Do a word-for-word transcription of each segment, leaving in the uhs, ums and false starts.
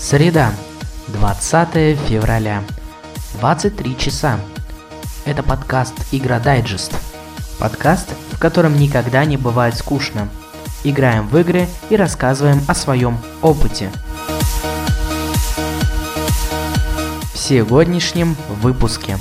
Среда, двадцатое февраля, двадцать три часа. Это подкаст «Игра Дайджест». Подкаст, в котором никогда не бывает скучно. Играем в игры и рассказываем о своем опыте. В сегодняшнем выпуске.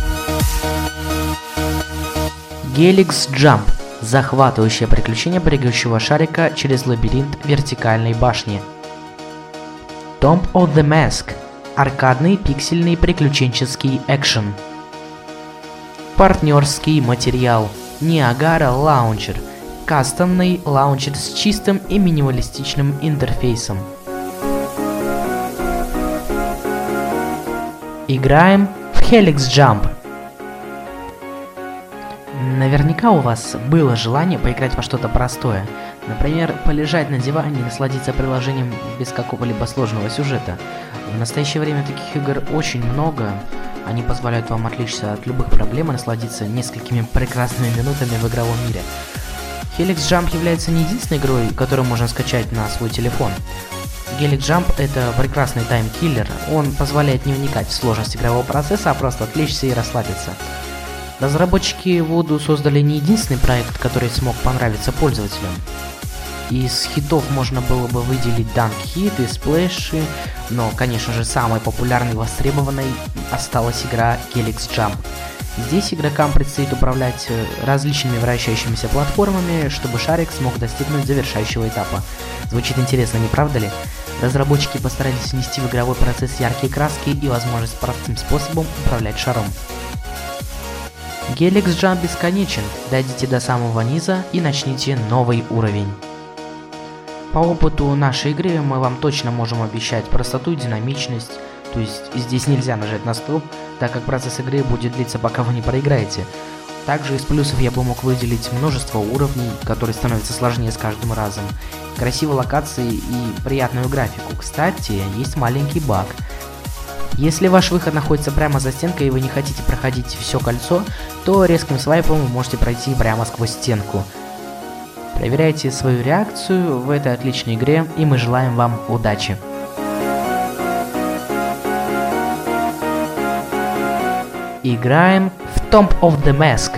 Helix Jump. Захватывающее приключение прыгающего шарика через лабиринт вертикальной башни. Tomb of the Mask. Аркадный пиксельный приключенческий экшен. Партнерский материал. Niagara Launcher. Кастомный лаунчер с чистым и минималистичным интерфейсом. Играем в Helix Jump. Наверняка у вас было желание поиграть во что-то простое. Например, полежать на диване и насладиться приложением без какого-либо сложного сюжета. В настоящее время таких игр очень много. Они позволяют вам отвлечься от любых проблем и насладиться несколькими прекрасными минутами в игровом мире. Helix Jump является не единственной игрой, которую можно скачать на свой телефон. Helix Jump — это прекрасный таймкиллер. Он позволяет не вникать в сложность игрового процесса, а просто отвлечься и расслабиться. Разработчики Voodoo создали не единственный проект, который смог понравиться пользователям. Из хитов можно было бы выделить Dunk Hit и Splash, но, конечно же, самой популярной и востребованной осталась игра Helix Jump. Здесь игрокам предстоит управлять различными вращающимися платформами, чтобы шарик смог достигнуть завершающего этапа. Звучит интересно, не правда ли? Разработчики постарались внести в игровой процесс яркие краски и возможность простым способом управлять шаром. Helix Jump бесконечен, дойдите до самого низа и начните новый уровень. По опыту нашей игры мы вам точно можем обещать простоту и динамичность, то есть здесь нельзя нажать на стоп, так как процесс игры будет длиться, пока вы не проиграете. Также из плюсов я бы мог выделить множество уровней, которые становятся сложнее с каждым разом, красивые локации и приятную графику. Кстати, есть маленький баг. Если ваш выход находится прямо за стенкой и вы не хотите проходить все кольцо, то резким свайпом вы можете пройти прямо сквозь стенку. Проверяйте свою реакцию в этой отличной игре, и мы желаем вам удачи. Играем в Tomb of the Mask.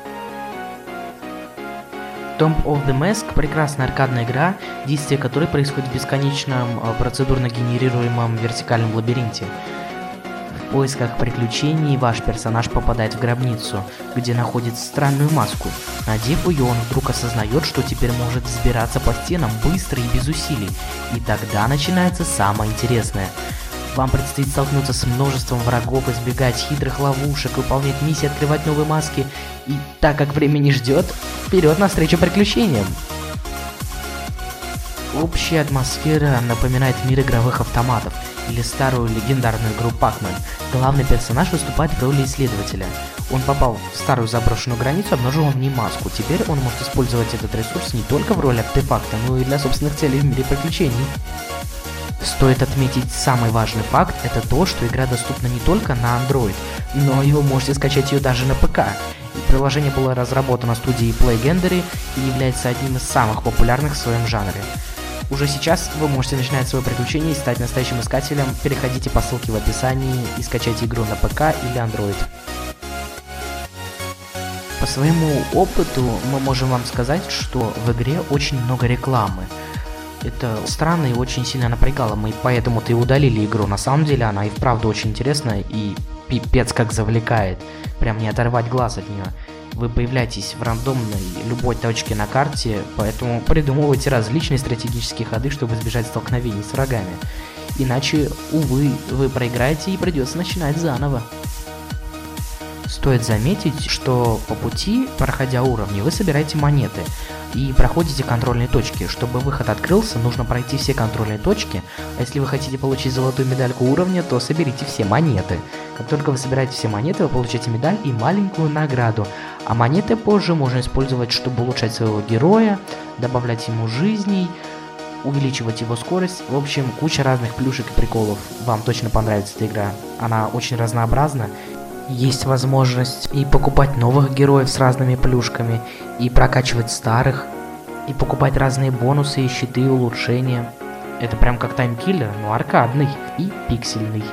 Tomb of the Mask – прекрасная аркадная игра, действие которой происходит в бесконечном процедурно генерируемом вертикальном лабиринте. В поисках приключений ваш персонаж попадает в гробницу, где находит странную маску. Надев ее, он вдруг осознает, что теперь может взбираться по стенам быстро и без усилий. И тогда начинается самое интересное. Вам предстоит столкнуться с множеством врагов, избегать хитрых ловушек, выполнять миссии, открывать новые маски. И так как время не ждет, вперед навстречу приключениям! Общая атмосфера напоминает мир игровых автоматов или старую легендарную игру Pac-Man. Главный персонаж выступает в роли исследователя. Он попал в старую заброшенную границу, обнаружил в ней маску. Теперь он может использовать этот ресурс не только в роли артефакта, но и для собственных целей в мире приключений. Стоит отметить самый важный факт, это то, что игра доступна не только на Android, но и вы можете скачать ее даже на ПК. Приложение было разработано студией PlayGendery и является одним из самых популярных в своем жанре. Уже сейчас вы можете начинать свое приключение и стать настоящим искателем. Переходите по ссылке в описании и скачайте игру на ПК или Android. По своему опыту мы можем вам сказать, что в игре очень много рекламы. Это странно и очень сильно напрягало, мы поэтому-то и удалили игру. На самом деле она и вправду очень интересная и пипец как завлекает. Прям не оторвать глаз от нее. Вы появляетесь в рандомной любой точке на карте, поэтому придумывайте различные стратегические ходы, чтобы избежать столкновений с врагами. Иначе, увы, вы проиграете и придется начинать заново. Стоит заметить, что по пути, проходя уровни, вы собираете монеты и проходите контрольные точки. Чтобы выход открылся, нужно пройти все контрольные точки, а если вы хотите получить золотую медальку уровня, то соберите все монеты. Как только вы собираете все монеты, вы получаете медаль и маленькую награду, а монеты позже можно использовать, чтобы улучшать своего героя, добавлять ему жизней, увеличивать его скорость. В общем, куча разных плюшек и приколов. Вам точно понравится эта игра, она очень разнообразна. Есть возможность и покупать новых героев с разными плюшками, и прокачивать старых, и покупать разные бонусы и щиты и улучшения. Это прям как таймкиллер, но аркадный и пиксельный.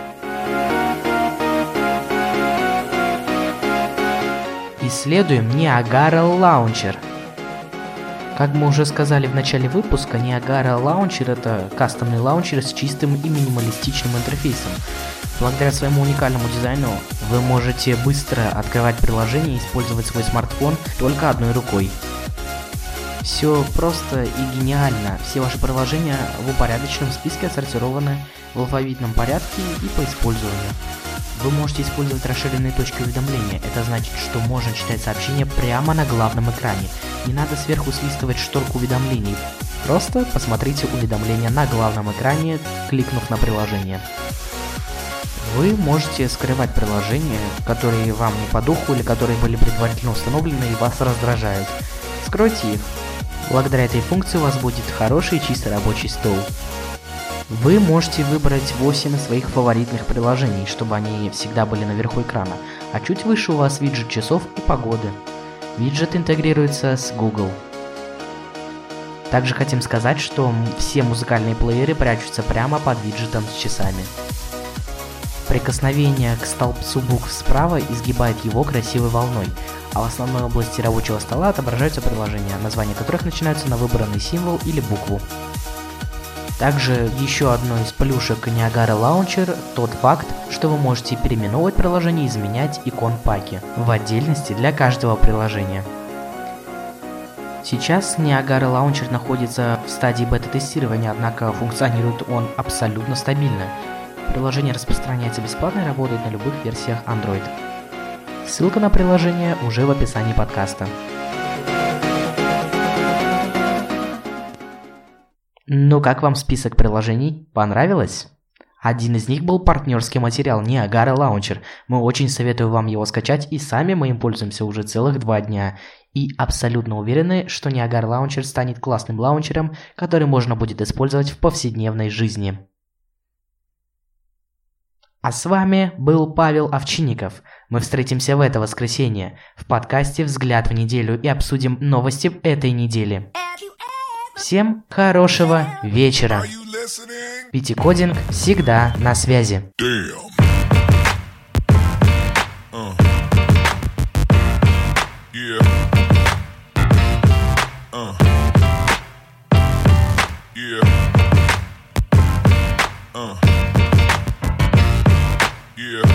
Исследуем Niagara Launcher. Как мы уже сказали в начале выпуска, Niagara Launcher — это кастомный лаунчер с чистым и минималистичным интерфейсом. Благодаря своему уникальному дизайну вы можете быстро открывать приложение и использовать свой смартфон только одной рукой. Все просто и гениально. Все ваши приложения в упорядоченном списке отсортированы в алфавитном порядке и по использованию. Вы можете использовать расширенные точки уведомления. Это значит, что можно читать сообщения прямо на главном экране. Не надо сверху свистывать шторку уведомлений. Просто посмотрите уведомления на главном экране, кликнув на приложение. Вы можете скрывать приложения, которые вам не по духу или которые были предварительно установлены и вас раздражают. Скройте их. Благодаря этой функции у вас будет хороший чисто рабочий стол. Вы можете выбрать восемь своих фаворитных приложений, чтобы они всегда были наверху экрана, а чуть выше у вас виджет часов и погоды. Виджет интегрируется с Google. Также хотим сказать, что все музыкальные плееры прячутся прямо под виджетом с часами. Прикосновение к столбцу букв справа изгибает его красивой волной, а в основной области рабочего стола отображаются приложения, названия которых начинаются на выбранный символ или букву. Также еще одно из плюшек Niagara Launcher – тот факт, что вы можете переименовывать приложение и изменять икон-паки в отдельности для каждого приложения. Сейчас Niagara Launcher находится в стадии бета-тестирования, однако функционирует он абсолютно стабильно. Приложение распространяется бесплатно и работает на любых версиях Android. Ссылка на приложение уже в описании подкаста. Ну как вам список приложений? Понравилось? Один из них был партнерский материал Niagara Launcher. Мы очень советуем вам его скачать, и сами мы им пользуемся уже целых два дня. И абсолютно уверены, что Niagara Launcher станет классным лаунчером, который можно будет использовать в повседневной жизни. А с вами был Павел Овчинников. Мы встретимся в это воскресенье в подкасте «Взгляд в неделю» и обсудим новости этой недели. Всем хорошего вечера. Питикодинг всегда на связи. Yeah.